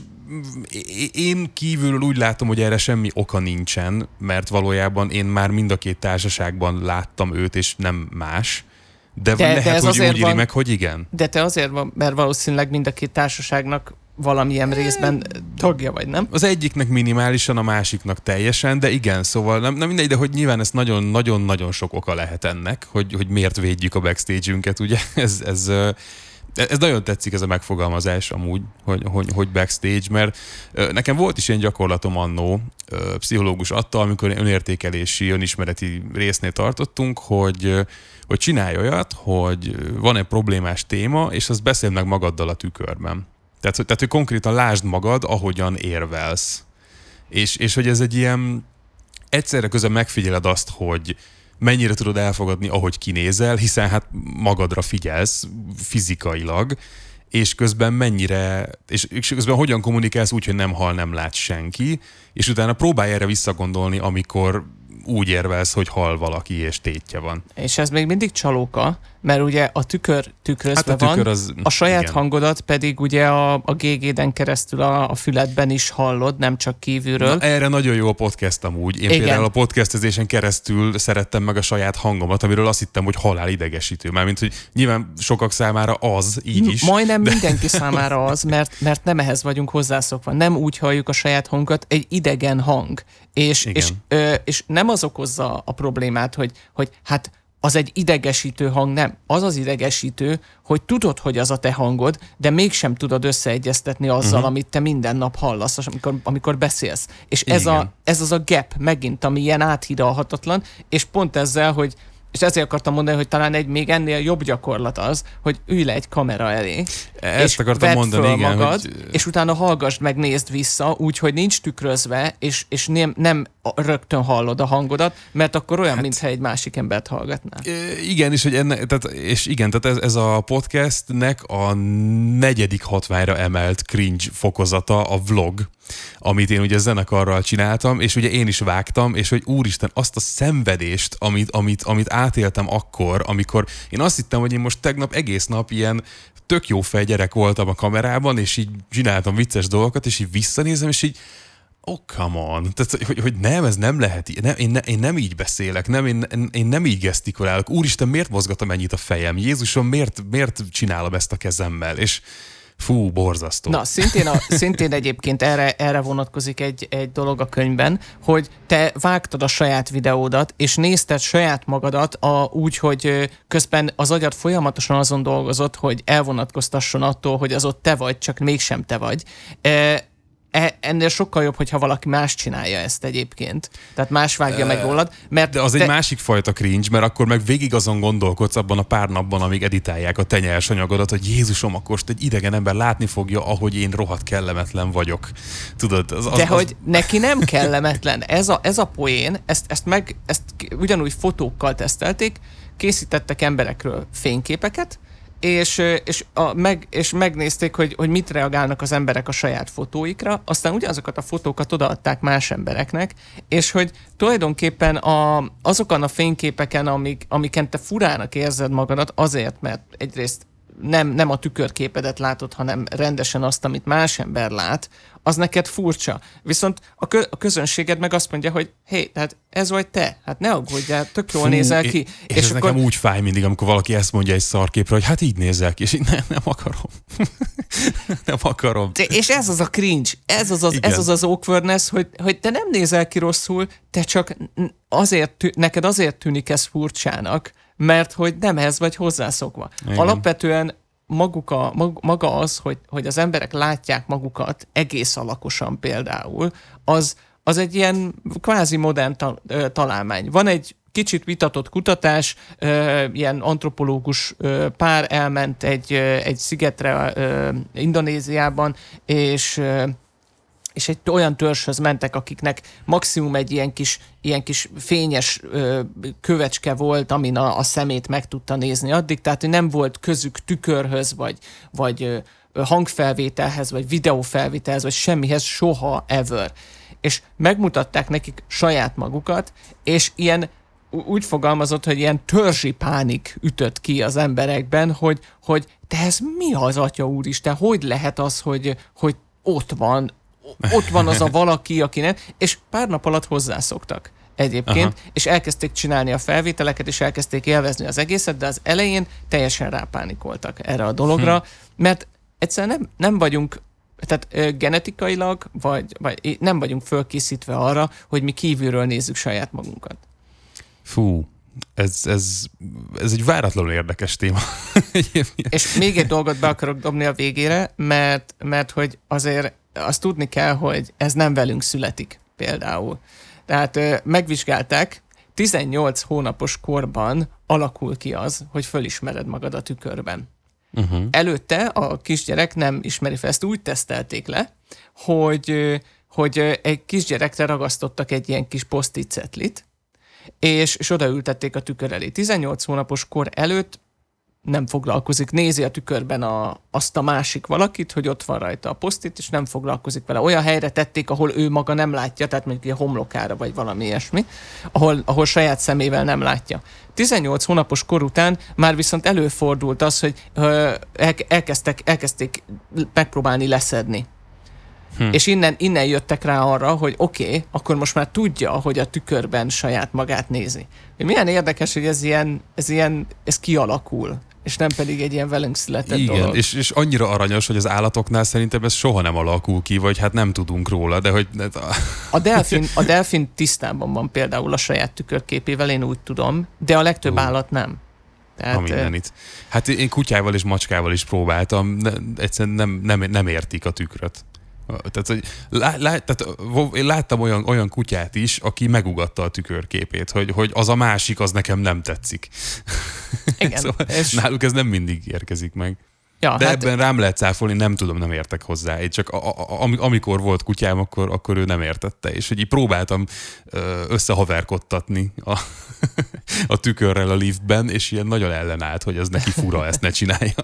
én kívülről úgy látom, hogy erre semmi oka nincsen, mert valójában én már mind a két társaságban láttam őt, és nem más. De, de lehet, de ez hogy úgy írni meg, hogy igen. De te azért van, mert valószínűleg mind a két társaságnak valamilyen részben tagja vagy, nem? Az egyiknek minimálisan, a másiknak teljesen, de igen, szóval nem, nem mindegy, de hogy nyilván ez nagyon-nagyon-nagyon sok oka lehet ennek, hogy, hogy miért védjük a backstage-ünket, ugye? Ez... ez Ez nagyon tetszik, ez a megfogalmazás amúgy, hogy, hogy, hogy backstage, mert nekem volt is ilyen gyakorlatom annó, pszichológus adta, amikor önértékelési, önismereti résznél tartottunk, hogy, hogy csinálj olyat, hogy van egy problémás téma, és azt beszéld meg magaddal a tükörben. Tehát, hogy, tehát, hogy konkrétan lásd magad, ahogyan érvelsz. És, és hogy ez egy ilyen, egyszerre közben megfigyeled azt, hogy mennyire tudod elfogadni, ahogy kinézel, hiszen hát magadra figyelsz fizikailag, és közben mennyire, és közben hogyan kommunikálsz úgy, hogy nem hall, nem lát senki, és utána próbálj erre visszagondolni, amikor úgy érvelsz, hogy hall valaki, és tétje van. És ez még mindig csalóka, mert ugye a tükör tükrözve hát a tükör az, van, a saját igen. hangodat pedig ugye a, a gé gé-den keresztül a, a füledben is hallod, nem csak kívülről. Na, erre nagyon jó a podcast amúgy. Én igen. például a podcastezésen keresztül szerettem meg a saját hangomat, amiről azt hittem, hogy halál idegesítő. Mármint, hogy nyilván sokak számára az így is. Majdnem de... mindenki számára az, mert, mert nem ehhez vagyunk hozzászokva. Nem úgy halljuk a saját hangunkat, egy idegen hang. És, és, ö, és nem az okozza a problémát, hogy, hogy hát az egy idegesítő hang, nem. Az az idegesítő, hogy tudod, hogy az a te hangod, de mégsem tudod összeegyeztetni azzal, uh-huh. amit te minden nap hallasz, amikor, amikor beszélsz. És ez, a, ez az a gap megint, ami ilyen áthidalhatatlan, és pont ezzel, hogy és ezért akartam mondani, hogy talán egy még ennél jobb gyakorlat az, hogy ülj le egy kamera elé, ezt és akartam mondani, föl igen, magad, hogy... és utána hallgassd meg, nézd vissza, úgyhogy nincs tükrözve, és, és nem, nem rögtön hallod a hangodat, mert akkor olyan, hát, mintha egy másik embert hallgatnál. Igen, és, hogy enne, tehát, és igen, tehát ez, ez a podcastnek a negyedik hatványra emelt cringe fokozata a vlog, amit én ugye zenekarral csináltam, és ugye én is vágtam, és hogy úristen, azt a szenvedést, amit, amit, amit átéltem akkor, amikor én azt hittem, hogy én most tegnap egész nap ilyen tök jó fej gyerek voltam a kamerában, és így csináltam vicces dolgokat, és így visszanézem, és így oh, come on. Tehát, hogy, hogy nem, ez nem lehet. Nem, én, ne, én nem így beszélek, nem, én, én nem így gesztikulálok. Úristen, miért mozgatom ennyit a fejem? Jézusom, miért, miért csinálom ezt a kezemmel? És fú, borzasztó. Na, szintén, a, szintén egyébként erre, erre vonatkozik egy, egy dolog a könyvben, hogy te vágtad a saját videódat, és nézted saját magadat a, úgy, hogy közben az agyad folyamatosan azon dolgozott, hogy elvonatkoztasson attól, hogy az ott te vagy, csak mégsem te vagy. E, ennél sokkal jobb, hogyha valaki más csinálja ezt egyébként. Tehát más vágja meg rólad. Mert de az te... egy másik fajta cringe, mert akkor meg végig azon gondolkodsz abban a pár napban, amíg editálják a te nyersanyagodat, hogy Jézusom, akkor most egy idegen ember látni fogja, ahogy én rohadt kellemetlen vagyok. Tudod? Az, az, de az... hogy neki nem kellemetlen. Ez a, ez a poén, ezt, ezt, meg, ezt ugyanúgy fotókkal tesztelték, készítettek emberekről fényképeket, és, és, a, meg, és megnézték, hogy, hogy mit reagálnak az emberek a saját fotóikra, aztán ugyanazokat a fotókat odaadták más embereknek, és hogy tulajdonképpen a, azokon a fényképeken, amik, amiken te furának érzed magadat, azért, mert egyrészt nem, nem a tükörképedet látod, hanem rendesen azt, amit más ember lát, az neked furcsa. Viszont a, kö, a közönséged meg azt mondja, hogy hé, tehát ez vagy te, hát ne aggódjál, tök jól Fú, nézel ki. És, és ez akkor... nekem úgy fáj mindig, amikor valaki ezt mondja egy szarképre, hogy hát így nézel ki, és így nem, nem akarom. nem akarom. És ez az a cringe, ez az az, ez az, az awkwardness, hogy, hogy te nem nézel ki rosszul, te csak azért, neked azért tűnik ez furcsának, mert hogy nem ehhez vagy hozzászokva. Igen. Alapvetően maguk a, mag, maga az, hogy, hogy az emberek látják magukat egész alakosan például, az, az egy ilyen kvázi modern ta, ö, találmány. Van egy kicsit vitatott kutatás, ö, ilyen antropológus ö, pár elment egy, ö, egy szigetre ö, Indonéziában, és ö, és egy olyan törzshöz mentek, akiknek maximum egy ilyen kis, ilyen kis fényes ö, kövecske volt, amin a, a szemét meg tudta nézni addig, tehát nem volt közük tükörhöz, vagy, vagy ö, hangfelvételhez, vagy videófelvételhez, vagy semmihez soha ever. És megmutatták nekik saját magukat, és ilyen úgy fogalmazott, hogy ilyen törzsi pánik ütött ki az emberekben, hogy, hogy te ez mi az, atya úristen, hogy lehet az, hogy, hogy ott van, ott van az a valaki, aki nem, és pár nap alatt hozzászoktak egyébként, aha, és elkezdték csinálni a felvételeket, és elkezdték élvezni az egészet, de az elején teljesen rápánikoltak erre a dologra, hm. mert egyszerűen nem, nem vagyunk, tehát ö, genetikailag, vagy, vagy nem vagyunk fölkészítve arra, hogy mi kívülről nézzük saját magunkat. Fú, ez, ez, ez egy váratlanul érdekes téma. És még egy dolgot be akarok dobni a végére, mert, mert hogy azért azt tudni kell, hogy ez nem velünk születik például. Tehát ö, megvizsgálták, tizennyolc hónapos korban alakul ki az, hogy fölismered magad a tükörben. Uh-huh. Előtte a kisgyerek nem ismeri fel, ezt úgy tesztelték le, hogy, hogy egy kisgyerekre ragasztottak egy ilyen kis post-it cetlit, és, és odaültették a tükör elé. tizennyolc hónapos kor előtt nem foglalkozik, nézi a tükörben a, azt a másik valakit, hogy ott van rajta a posztit, és nem foglalkozik vele. Olyan helyre tették, ahol ő maga nem látja, tehát mondjuk a homlokára, vagy valami ilyesmi, ahol, ahol saját szemével nem látja. tizennyolc hónapos kor után már viszont előfordult az, hogy ö, elkezdtek, elkezdték megpróbálni leszedni. Hm. És innen, innen jöttek rá arra, hogy oké, okay, akkor most már tudja, hogy a tükörben saját magát nézi. Milyen érdekes, hogy ez ilyen, ez ilyen, ez kialakul, és nem pedig egy ilyen velünk született igen, dolog. És, és annyira aranyos, hogy az állatoknál szerintem ez soha nem alakul ki, vagy hát nem tudunk róla, de hogy... A delfin, a delfin tisztában van például a saját tükörképével, én úgy tudom, de a legtöbb uh. állat nem. Tehát, a mindenit. Hát én kutyával és macskával is próbáltam, ne, egyszerűen nem, nem, nem értik a tükröt. Tehát, hogy lá, lá, tehát én láttam olyan, olyan kutyát is, aki megugatta a tükörképét, hogy, hogy az a másik, az nekem nem tetszik. Igen. Szóval és... náluk ez nem mindig érkezik meg. Ja, de hát... ebben rám lehet cáfolni, nem tudom, nem értek hozzá. Én csak a, a, amikor volt kutyám, akkor, akkor ő nem értette. És hogy így próbáltam összehaverkodtatni a, a tükörrel a liftben, és ilyen nagyon ellenállt, hogy ez neki fura, ezt ne csináljam.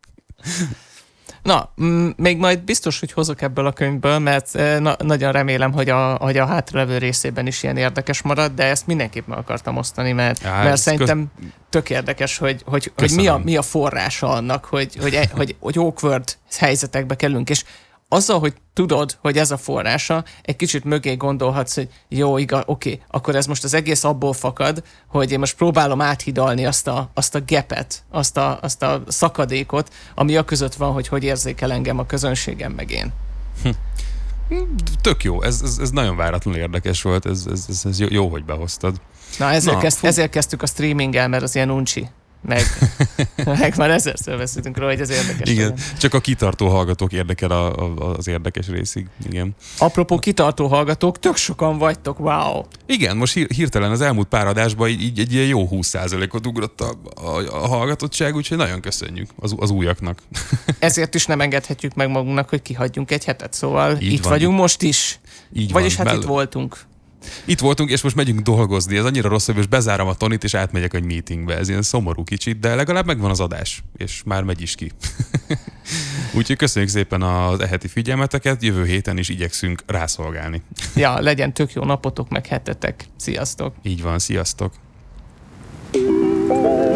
Na, m- még majd biztos, hogy hozok ebből a könyvből, mert na- nagyon remélem, hogy a, hogy a hátralevő részében is ilyen érdekes marad, de ezt mindenképp meg akartam osztani, mert, ja, mert szerintem köz... tök érdekes, hogy, hogy, hogy mi, a, mi a forrása annak, hogy, hogy, hogy, hogy, hogy awkward helyzetekbe kerülünk, és azzal, hogy tudod, hogy ez a forrása, egy kicsit mögé gondolhatsz, hogy jó, igaz, oké, akkor ez most az egész abból fakad, hogy én most próbálom áthidalni azt a, azt a gapet, azt a, azt a szakadékot, ami a között van, hogy hogy érzékel engem a közönségem meg én. Hm. Tök jó, ez, ez, ez nagyon váratlanul érdekes volt, ez, ez, ez, ez jó, jó, hogy behoztad. Na, ezért, Na kezd, ezért kezdtük a streaminggel, mert az ilyen uncsi. meg, meg már ezerszer beszéltünk róla, hogy ez érdekes. Igen, legyen. csak a kitartó hallgatók érdekel a, a, az érdekes részig. Igen. Apropó kitartó hallgatók, tök sokan vagytok, wow! Igen, most hír, hirtelen az elmúlt pár adásban így, így egy ilyen jó húsz százalékot ugrott a, a, a hallgatottság, úgyhogy nagyon köszönjük az, az újaknak. Ezért is nem engedhetjük meg magunknak, hogy kihagyjunk egy hetet, szóval Így itt van. vagyunk most is. Így Vagyis van, hát bell- itt voltunk. Itt voltunk, és most megyünk dolgozni. Ez annyira rossz, hogy most bezárom a Tonit, és átmegyek egy meetingbe. Ez ilyen szomorú kicsit, de legalább megvan az adás, és már megy is ki. Úgyhogy köszönjük szépen az eheti figyelmeteket, jövő héten is igyekszünk rászolgálni. Ja, legyen tök jó napotok, meg hetetek. Sziasztok! Így van, sziasztok! Thank you.